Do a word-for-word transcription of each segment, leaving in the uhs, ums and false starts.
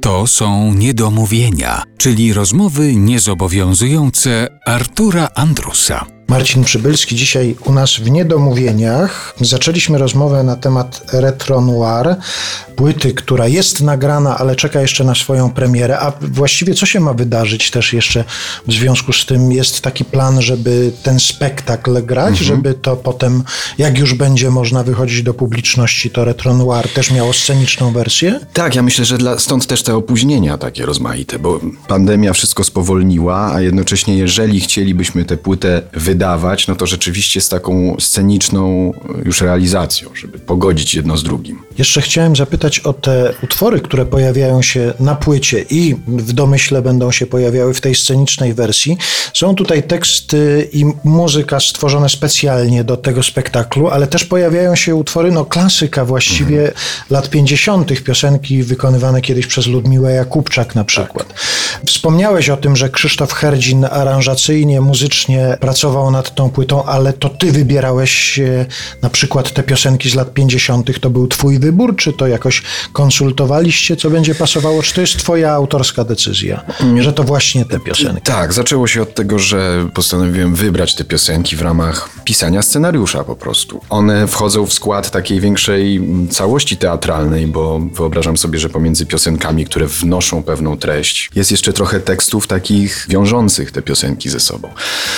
To są niedomówienia, czyli rozmowy niezobowiązujące Artura Andrusa. Marcin Przybylski dzisiaj u nas w Niedomówieniach. Zaczęliśmy rozmowę na temat Retro Noir, płyty, która jest nagrana, ale czeka jeszcze na swoją premierę. A właściwie co się ma wydarzyć też jeszcze w związku z tym? Jest taki plan, żeby ten spektakl grać, mhm. żeby to potem, jak już będzie można wychodzić do publiczności, to Retro Noir też miało sceniczną wersję? Tak, ja myślę, że dla, stąd też te opóźnienia takie rozmaite, bo pandemia wszystko spowolniła, a jednocześnie jeżeli chcielibyśmy tę płytę wydawać, wydawać, no to rzeczywiście z taką sceniczną już realizacją, żeby pogodzić jedno z drugim. Jeszcze chciałem zapytać o te utwory, które pojawiają się na płycie i w domyśle będą się pojawiały w tej scenicznej wersji. Są tutaj teksty i muzyka stworzone specjalnie do tego spektaklu, ale też pojawiają się utwory, no klasyka właściwie mhm. lat pięćdziesiątych, piosenki wykonywane kiedyś przez Ludmiłę Jakubczak na przykład. Tak. Wspomniałeś o tym, że Krzysztof Herdzin aranżacyjnie, muzycznie pracował nad tą płytą, ale to ty wybierałeś e, na przykład te piosenki z lat pięćdziesiątych. To był twój wybór, czy to jakoś konsultowaliście, co będzie pasowało? Czy to jest twoja autorska decyzja, że to właśnie te piosenki? Tak, zaczęło się od tego, że postanowiłem wybrać te piosenki w ramach pisania scenariusza po prostu. One wchodzą w skład takiej większej całości teatralnej, bo wyobrażam sobie, że pomiędzy piosenkami, które wnoszą pewną treść, jest jeszcze trochę tekstów takich wiążących te piosenki ze sobą.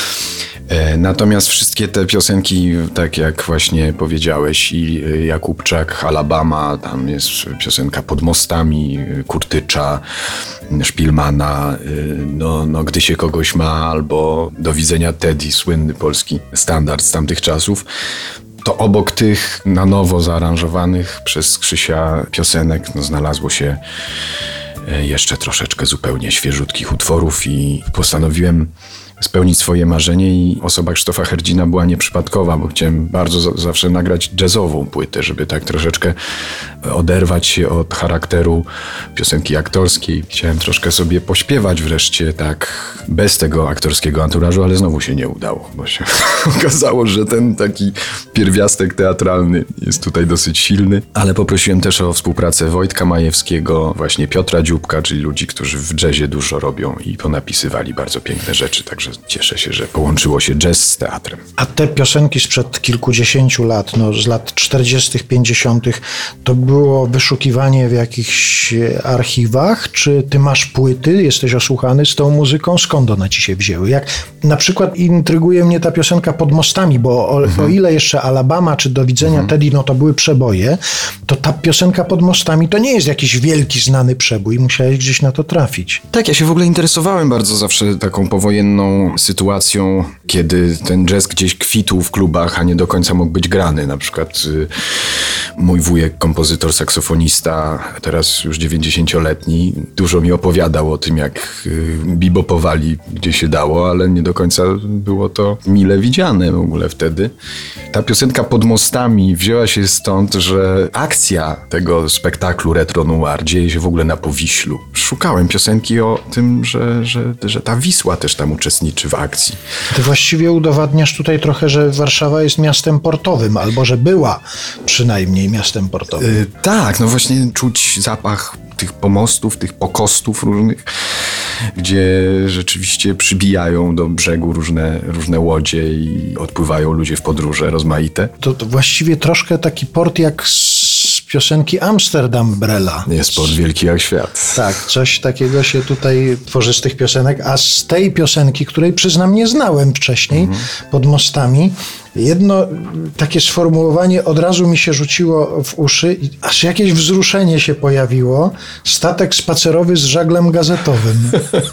Natomiast wszystkie te piosenki, tak jak właśnie powiedziałeś, i Jakubczak, Alabama, tam jest piosenka Pod mostami, Kurtycza, Szpilmana, no, no Gdy się kogoś ma, albo Do widzenia Teddy, słynny polski standard z tamtych czasów. To obok tych na nowo zaaranżowanych przez Krzysia piosenek no, znalazło się jeszcze troszeczkę zupełnie świeżutkich utworów i postanowiłem spełnić swoje marzenie i osoba Krzysztofa Herdzina była nieprzypadkowa, bo chciałem bardzo za- zawsze nagrać jazzową płytę, żeby tak troszeczkę oderwać się od charakteru piosenki aktorskiej. Chciałem troszkę sobie pośpiewać wreszcie tak bez tego aktorskiego anturażu, ale znowu się nie udało, bo się okazało, że ten taki pierwiastek teatralny jest tutaj dosyć silny, ale poprosiłem też o współpracę Wojtka Majewskiego, właśnie Piotra Dzióbka, czyli ludzi, którzy w jazzie dużo robią i ponapisywali bardzo piękne rzeczy, także cieszę się, że połączyło się jazz z teatrem. A te piosenki sprzed kilkudziesięciu lat, no z lat czterdziestych, pięćdziesiątych, to było wyszukiwanie w jakichś archiwach? Czy ty masz płyty, jesteś osłuchany z tą muzyką? Skąd one ci się wzięły? Jak na przykład intryguje mnie ta piosenka Pod mostami, bo o, mhm. o ile jeszcze Alabama czy Do widzenia mhm. Teddy, no to były przeboje, to ta piosenka Pod mostami to nie jest jakiś wielki, znany przebój. Musiałeś gdzieś na to trafić. Tak, ja się w ogóle interesowałem bardzo zawsze taką powojenną sytuacją, kiedy ten jazz gdzieś kwitł w klubach, a nie do końca mógł być grany. Na przykład y, mój wujek, kompozytor, saksofonista, teraz już dziewięćdziesięcioletni, dużo mi opowiadał o tym, jak y, bebopowali, gdzie się dało, ale nie do końca było to mile widziane w ogóle wtedy. Ta piosenka Pod mostami wzięła się stąd, że akcja tego spektaklu Retro Noir dzieje się w ogóle na Powiślu. Szukałem piosenki o tym, że, że, że ta Wisła też tam uczestniczy w akcji. Ty właściwie udowadniasz tutaj trochę, że Warszawa jest miastem portowym, albo że była przynajmniej miastem portowym. Yy, tak, no właśnie czuć zapach tych pomostów, tych pokostów różnych, gdzie rzeczywiście przybijają do brzegu różne, różne łodzie i odpływają ludzie w podróże rozmaite. To, to właściwie troszkę taki port jak z piosenki Amsterdam Brela. Jest port wielki jak świat. Tak, coś takiego się tutaj tworzy z tych piosenek, a z tej piosenki, której przyznam nie znałem wcześniej, mhm. Pod mostami, jedno takie sformułowanie od razu mi się rzuciło w uszy i aż jakieś wzruszenie się pojawiło. Statek spacerowy z żaglem gazetowym.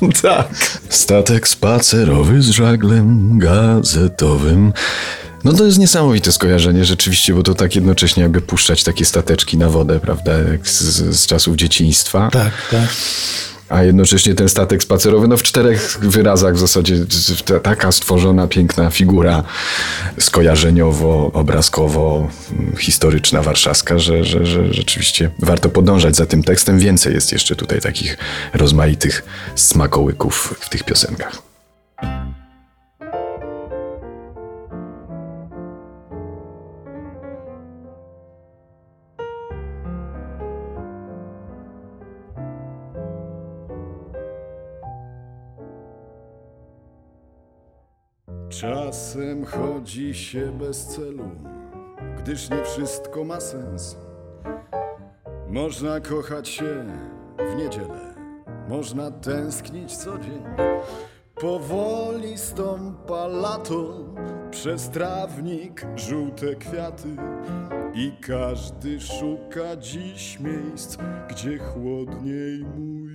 Tak. Statek spacerowy z żaglem gazetowym. No to jest niesamowite skojarzenie rzeczywiście, bo to tak jednocześnie jakby puszczać takie stateczki na wodę, prawda, jak z, z czasów dzieciństwa. Tak, tak. A jednocześnie ten statek spacerowy, no w czterech wyrazach w zasadzie taka stworzona piękna figura skojarzeniowo, obrazkowo, historyczna warszawska, że, że, że rzeczywiście warto podążać za tym tekstem. Więcej jest jeszcze tutaj takich rozmaitych smakołyków w tych piosenkach. Czasem chodzi się bez celu, gdyż nie wszystko ma sens. Można kochać się w niedzielę, można tęsknić co dzień. Powoli stąpa lato, przez trawnik żółte kwiaty i każdy szuka dziś miejsc, gdzie chłodniej mu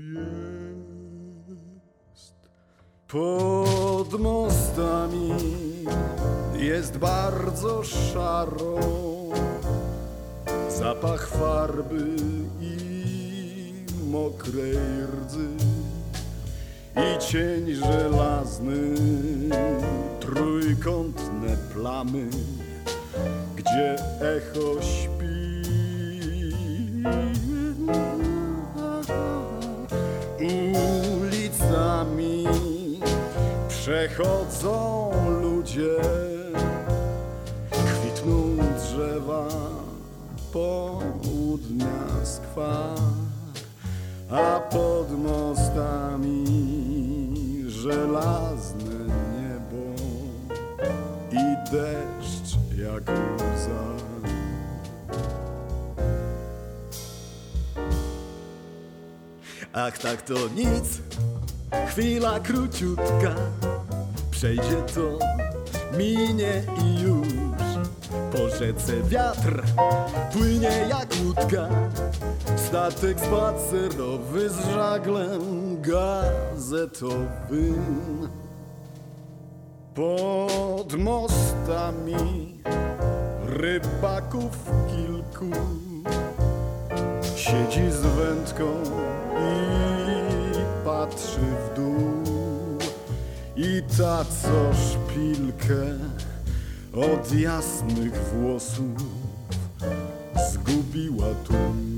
jest. Pod mostami jest bardzo szaro, zapach farby i mokrej rdzy i cień żelazny, trójkątne plamy, gdzie echo śpi. Ulicami przechodzą ludzie, kwitną drzewa, południa skwar, a pod mostami żelazne niebo i deszcz jak łza. Ach, tak to nic, chwila króciutka, przejdzie to, minie i już. Po rzece wiatr płynie jak łódka, statek spacerowy z żaglem gazetowym. Pod mostami rybaków kilku siedzi z wędką i patrzy w dół. I ta, co szpilkę od jasnych włosów zgubiła tu.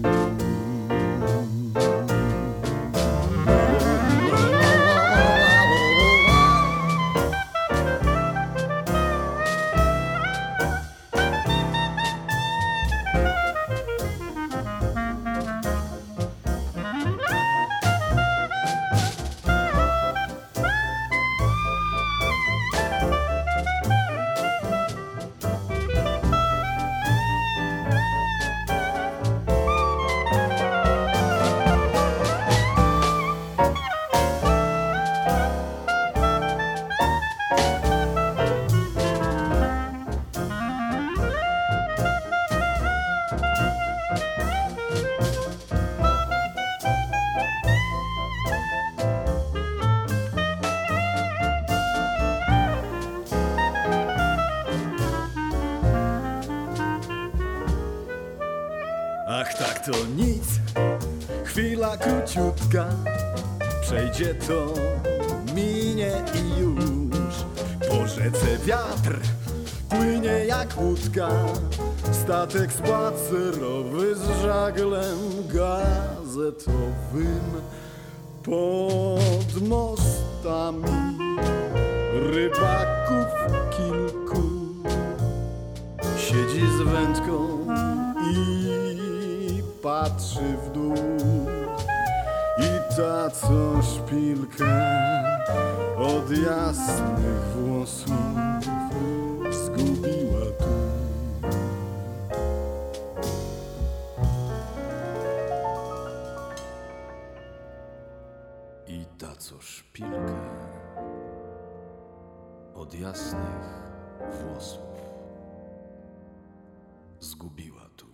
Ach, tak to nic, chwila króciutka, przejdzie to, minie i już. Po rzece wiatr płynie jak łódka, statek spacerowy z żaglem gazetowym. Pod mostami rybaków kilku siedzi z wędką i patrzy w dół. I ta, co szpilkę od jasnych włosów zgubiła tu. I ta, co szpilkę od jasnych włosów zgubiła tu.